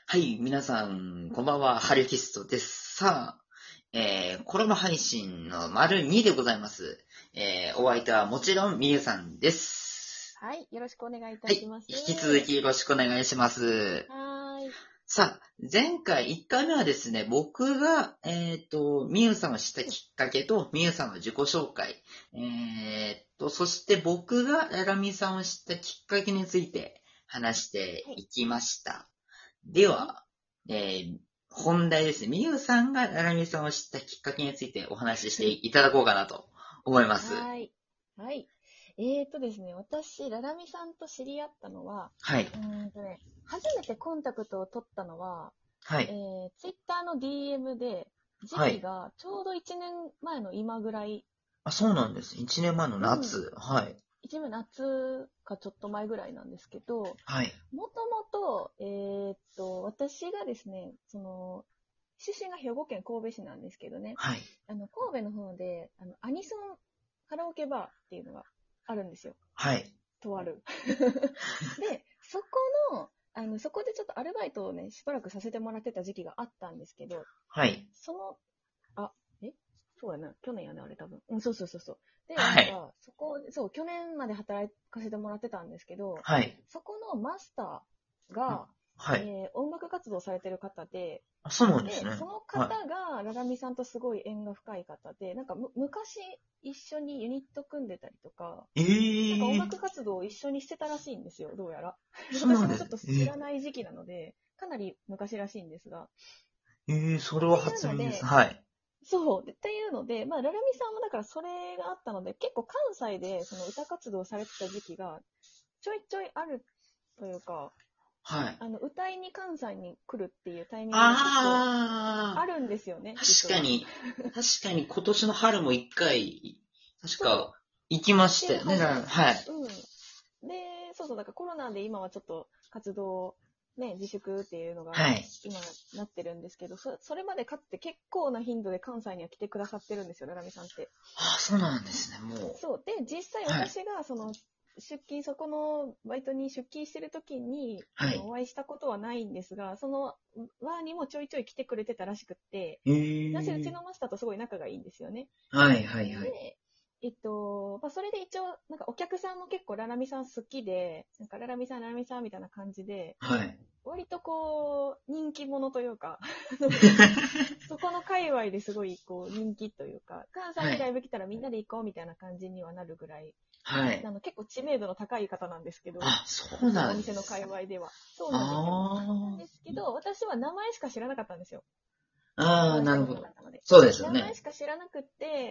はい、皆さん、こんばんは、ハリフィストです。さあ、コラボ配信の丸2でございます。お相手はもちろんみゆさんです。 はい、よろしくお願いいたはい、 します。 引き続きよろしくお願いします。 はーい。 さあ、前回1回目はですね、僕が、みゆさんを知ったきっかけと、みゆさんの自己紹介、そして僕がララミさんを知ったきっかけについて話してはい。 いきました。ではい。 は、本題ですね。みゆさんがララミさんを知ったきっかけについてお話ししていただこうかなと思います。 はーい。はい。ですね、私、ララミさんと知り合ったのは、 はい。 初めてコンタクトを取ったのは、 はい。 ツイッターの DM で、時はい。 期がちょうど1年前の今ぐらい、 あ、そうなんです。1年前のうん、 夏。はい。 1年夏かちょっと前ぐらいなんですけど、 はい。 もともと、私がですね、出身が兵庫県神戸市なんですけどね、 はい。 神戸の方で、アニソンカラオケバーっていうのがあるんですよ。 はい。 とある。で、そこでちょっとアルバイトをね、しばらくさせてもらってた時期があったんですけど、 はい。 その、あ、えそうやな、去年やね、あれ多分。うん、そうそうそうそう。で、 はい。 去年まで働かせてもらってたんですけど、 はい。 そこのマスターが、 はい。 音楽活動されてる方あ、そうなんですで、 ね。 そのはい。 方が、ララミさんとすごい縁が深い方で、なんか昔一緒にユニット組んでたりとか、なんか音楽ええ活動を一緒にしてたらしいんですよ、どうやら。 そうなんです。 私もちょっと知らない時期なので、かなり昔らしいんですが。 それはっていう初耳です。 ので、 はい。 そう。っていうので、まあ、ララミさんもだからそれがあったので、結構関西でその歌活動されてた時期がちょいちょいあるというか、 はい。 歌いに関西に来るっていうタイミングが結構ああるんですよね、実は。 確かに、確かに今年の春も一回、確かそう。 行きま来てしたよね。 はったんですよ。 はい。 うん。で、そうそう、だからコロナで今はちょっと活動、ね、自粛っていうのがはい。 今なってるんですけど、それまでかつて結構な頻度で関西には来てくださってるんですよ、ララミさんって。 ああ、そうなんですね、もう。 そう。で、実際はい。 私がそこのバイトに出勤してる時に、 はい。 お会いしたことはないんですが、その輪にもちょいちょい来てくれてたらしくって、私、うちええのマスターとすごい仲がいいんですよね。 はい、はい、はい。 で、まあ、それで一応、なんかお客さんも結構ララミさん好きで、なんかララミさん、ララミさんみたいな感じで、 はい。 割とこう、人気者というかそこの界隈ですごいこう人気というか、関西はい。 にライブ来たらみんなで行こうみたいな感じにはなるぐらい、 はい。 結構知名度の高い方なんですけど、 あ、そう私のなんお店の界ですね。 隈では。そうなんですよ。なんあですけど、私は名前しか知らなかったんですよ。 あ。ああ、 お会いしたこなるほど。 となかったので。 そうですよ名前ね。 しか知らなくって、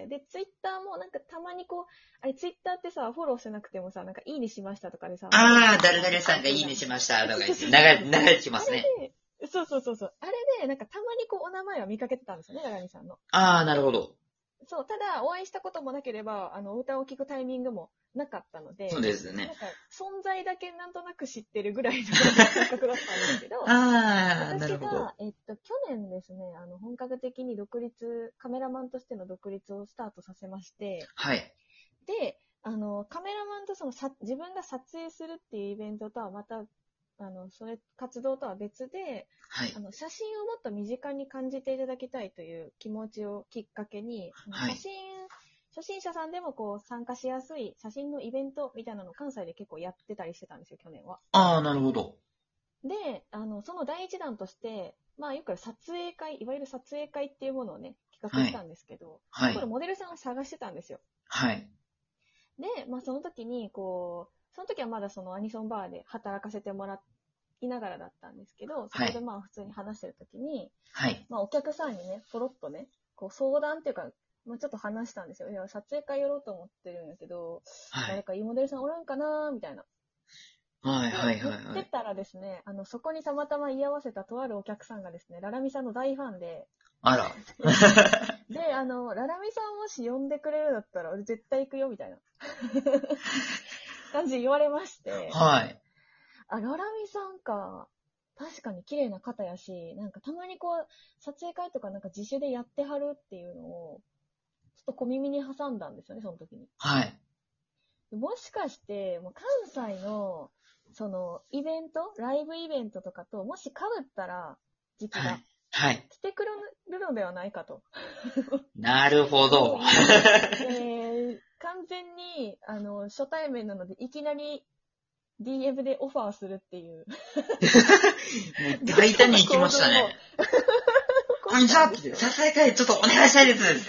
で、ツイッターもなんかたまにこう、あれツイッターってさ、フォローしてなくてもさ、なんかいいねしましたとかでさ、フォローしああ、 て誰々 もらったりするじゃん。 さんがいいねしましたとかそう言って、 そうそうそう。 流れてきまあすね。 れで、そうそうそうそう。あれで、なんかたまにこうお名前は見かけてたんですよね、ララミさんの。 ああ、なるほど。 そう、ただお会いしたこともなければ、お歌を聴くタイミングもなかったのそうで、 ですね。 なんか存在だけなんとなく知ってるぐらいの感覚だったんですけど、 ああ、なるほど。 私が、去年ですね、本格的にカメラマンとしての独立をスタートさせまして、 はい。 で、カメラマンと自分が撮影するっていうイベントとはまた、活動とは別で、 はい。 写真をもっと身近に感じていただきたいという気持ちをきっかけに、 はい。 初心者さんでもこう参加しやすい写真のイベントみたいなのを関西で結構やってたりしてたんですよ、去年は。 ああ、なるほど。 で、その第一弾として、まあ、よく撮影会、いわゆる撮影会っていうものをね、企画はい。 したんですけど、そこではい。 モデルさんを探してたんですよ。 はい。 で、まあ、その時はまだそのアニソンバーで働かせてもらいながらだったんですけど、そはい。 こでまあ、普通に話してる時に、 はい。 まあ、お客さんにね、ポロッとね、こう相談っていうか、まあ、ちょっと話したんですよ。いや、撮影会やろうと思ってるんだけど、 はい。 誰かいいモデルさんおらんかなみたいな。 はい。はい。 で、言っはい。はい。 てたらですね、そこにたまたま居合わせたとあるお客さんがですね、ララミさんの大ファンで、 あら。 で、ララミさんもし呼んでくれるんだったら、俺絶対行くよ、みたいな感じで言われまして、 はい。 あ、ララミさんか。確かに綺麗な方やし、なんかたまにこう、撮影会とかなんか自主でやってはるっていうのを、ちょっと小耳に挟んだんですよね、その時に。 はい。 もしかして、もう関西のその、ライブイベントとかと、もし被ったら、時期が、 はい。はい。 来てくれるのではないかと。 なるほど。 完全に、初対面なので、いきなり DM でオファーするっていう。 もう大胆に行きましたね。こんにちはって、撮影会ちょっとお願いしたいですって。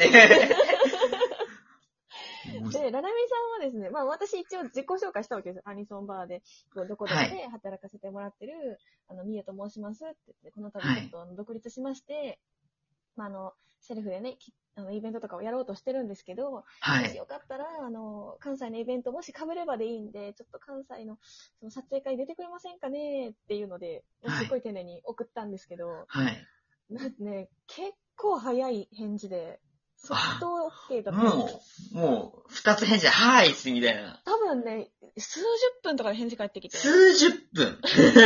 で、ララミさんはですね、まあ私一応自己紹介したわけですよ。アニソンバーで、どこどこで働かせてもらってる、ミユと申しますって言って、この度ちょっと独立しまして、まあセルフでね、イベントとかをやろうとしてるんですけど、 はい。 もしよかったら、関西のイベントもし被ればでいいんで、ちょっと関西のその撮影会出てくれませんかねっていうので、すっごい丁寧に送ったんですけど、 はい。 なんかね、結構早い返事で、即答 OK だったんです。 もう、二つ返事で、はいっす、みたいな。 多分ね、数十分とかで返事返ってきて。 数十分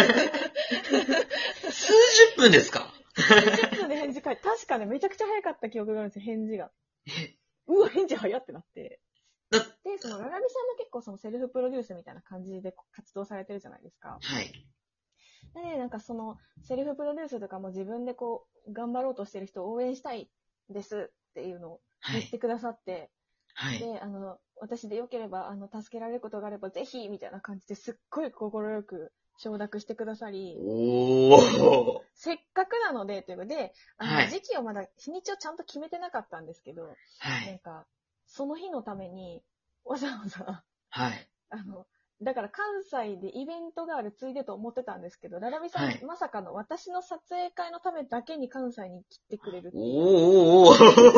数十分ですか？ 数十分で返事返って、確かね、めちゃくちゃ早かった記憶があるんですよ、返事が。うわ、返事早ってなって。で、その、ララミさんも結構そのセルフプロデュースみたいな感じで活動されてるじゃないですか。 はい。 で、なんかその、セルフプロデュースとかも自分でこう、頑張ろうとしてる人を応援したいですっていうのを言ってくださって、 はい。 で、私でよければ、助けられることがあればぜひ、みたいな感じですっごい心よく承諾してくださり、 おー。 せっかくなので、ということで、 はい。 時期をまだ、日にちをちゃんと決めてなかったんですけど、 はい。 なんか、その日のために、わざわざ、 はい。 だから関西でイベントがあるついでと思ってたんですけど、ララミさん、 はい。 まさかの私の撮影会のためだけに関西に来てくれるっていう。 おー。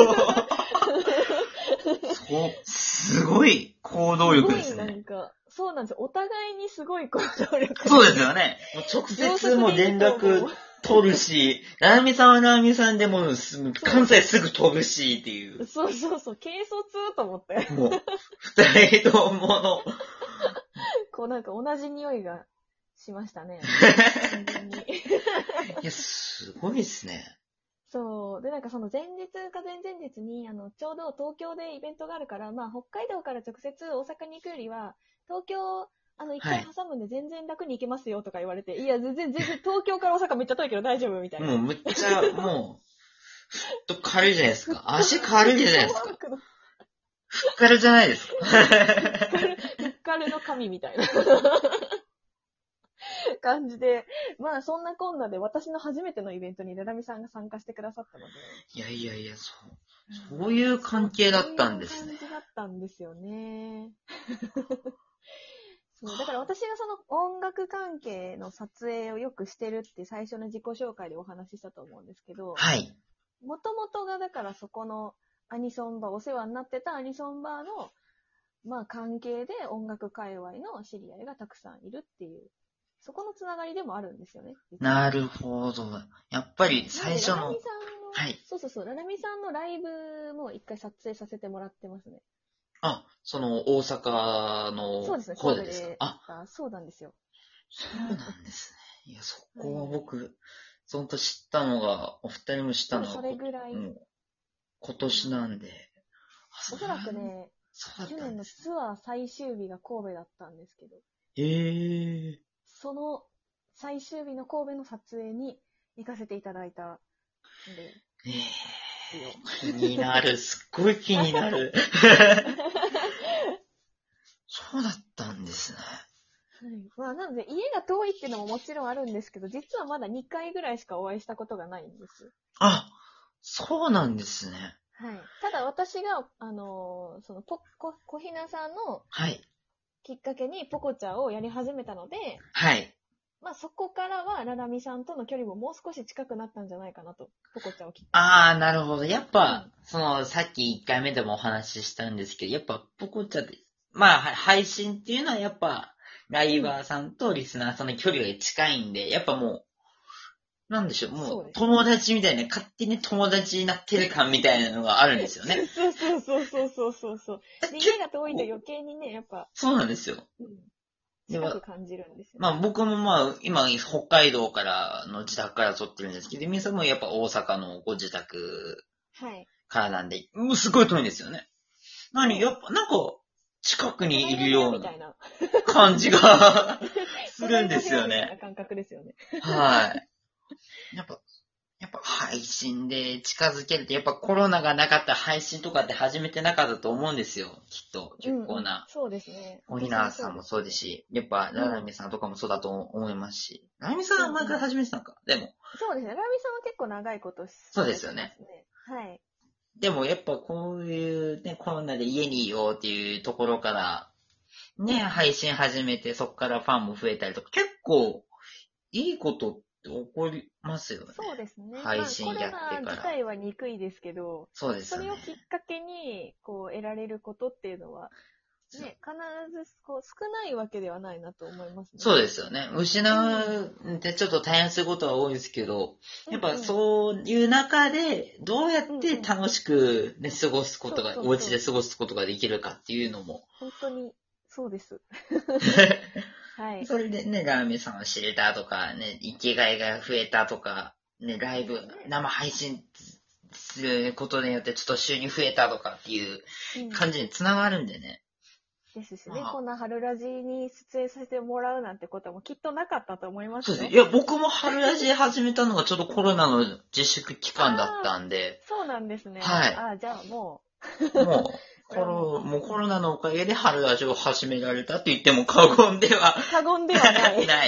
そう、すごい行動力ですすごいなね。 んか、そうなんですよ。お互いにすごい行動力。 そうですよね。もう直接もう連絡取るし、ラーミさんはラーミさんでも関西すぐ飛ぶしっていう。 そうそうそう、軽率と思って。 もう、二人ともの。 こうなんか同じ匂いがしましたね。完全に。 いや、すごいですね。 そう。で、なんかその前日か前々日に、ちょうど東京でイベントがあるから、まあ、北海道から直接大阪に行くよりは、東京、一回挟むんで全然楽に行けますよとか言われて、いや、全然東京から大阪めっちゃ遠いけど大丈夫みたいな。 もうむっちゃ、もう、軽いじゃないですか。足軽いじゃないですか。ふっかるじゃないですか。 ふっかるの神みたいな感じで、まあそんなこんなで私の初めてのイベントにララミさんが参加してくださったので。 いやいやいや、そういう関係だったんですね。 そういう感じだったんですよね。そうだから私がその音楽関係の撮影をよくしてるって最初の自己紹介でお話ししたと思うんですけど、 はい。 もともとがだからそこのアニソンバー、お世話になってたアニソンバーの、まあ関係で音楽界隈の知り合いがたくさんいるっていう、そこのつながりでもあるんですよね。 なるほど。やっぱり最初の、 ララミさんの、 はい。 そう、ララミさんのライブも一回撮影させてもらってますね。 あ、その大阪のそうですね、 方でですか？ そうなんですよ。 そうなんですね。いや、そこは僕、そんと知ったのが、お二人も知ったのが、 それぐらい。 今年なんで。 おそらくね、去年のツアー最終日が神戸だったんですけど。その最終日の神戸の撮影に行かせていただいたんで。 気になる。すっごい気になる。そうだったんですね。 はい。まあ、なので、家が遠いっていうのももちろんあるんですけど、実はまだ2回ぐらいしかお会いしたことがないんです。 あ、そうなんですね。 はい。ただ私が、その小ひなさんの、 はい。 きっかけにポコチャをやり始めたので、 はい。 まあそこからはララミさんとの距離ももう少し近くなったんじゃないかなと、ポコチャをきっかけに。 なるほど。やっぱ、さっき1回目でもお話ししたんですけど、やっぱポコチャで、まあ、配信っていうのはやっぱ、ライバーさんとリスナーさんの距離が近いんで、やっぱもう、なんでしょう、もう、友達みたいな、勝手に友達になってる感みたいなのがあるんですよね。 そう。家が遠いと余計にね、やっぱ。 そうなんですよ。 近く感じるんですよ。 まあ僕も今、北海道からの自宅から撮ってるんですけど、皆さんもやっぱ大阪のご自宅からなんで、すごい遠いんですよね。やっぱ、なんか、 近くにいるようなみたいな。 感じがするんですよみたいなね。 感覚ですよね。 はい。やっぱ配信で近づけるって、やっぱコロナがなかったら配信とかって始めてなかったと思うんですよ。きっと。結構な。 そうですね。 おひなさんもそうですし、やっぱララミさんとかもそうだと思いますし。ララミさんは前から始めてたのか。でも。 そうですね。ラミさんは結構長いことそうですよね。 はい。 でもやっぱこういうね、コロナで家にいようっていうところから、ね、配信始めて、そこからファンも増えたりとか、結構いいことって起こりますよね。 そうですね。 配信やってコロナから。 自体は憎いですけど、 そうですよね。 それをきっかけに、得られることっていうのは、ね、必ず、少ないわけではないなと思いますね。 そうですよね。失うってちょっと大変することは多いですけど、やっぱそういう中で、どうやって楽しくね、過ごすことが、お家で過ごすことができるかっていうのも。 本当に、そうです。はい。 それでね、ラーメンさんを知れたとか、ね、生きがいが増えたとか、ね、ライブ、生配信することによってちょっと収入増えたとかっていう感じにつながるんでね。 ですしね、こんな春ラジに出演させてもらうなんてこともきっとなかったと思いますよ。 そうです。いや、僕も春ラジ始めたのがちょうどコロナの自粛期間だったんで。 そうなんですね。 はい。 じゃあもうコロナのおかげで春ラジを始められたと言っても過言ではない。 ない。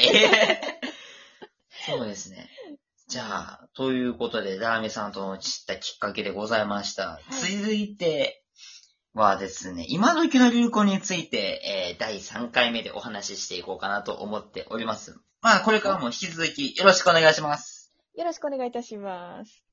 そうですね。じゃあ、ということで、ラーメンさんと知ったきっかけでございました。続いてはですね、今時の流行について、第3回目でお話ししていこうかなと思っております。まあ、これからも引き続きよろしくお願いします。 よろしくお願いいたします。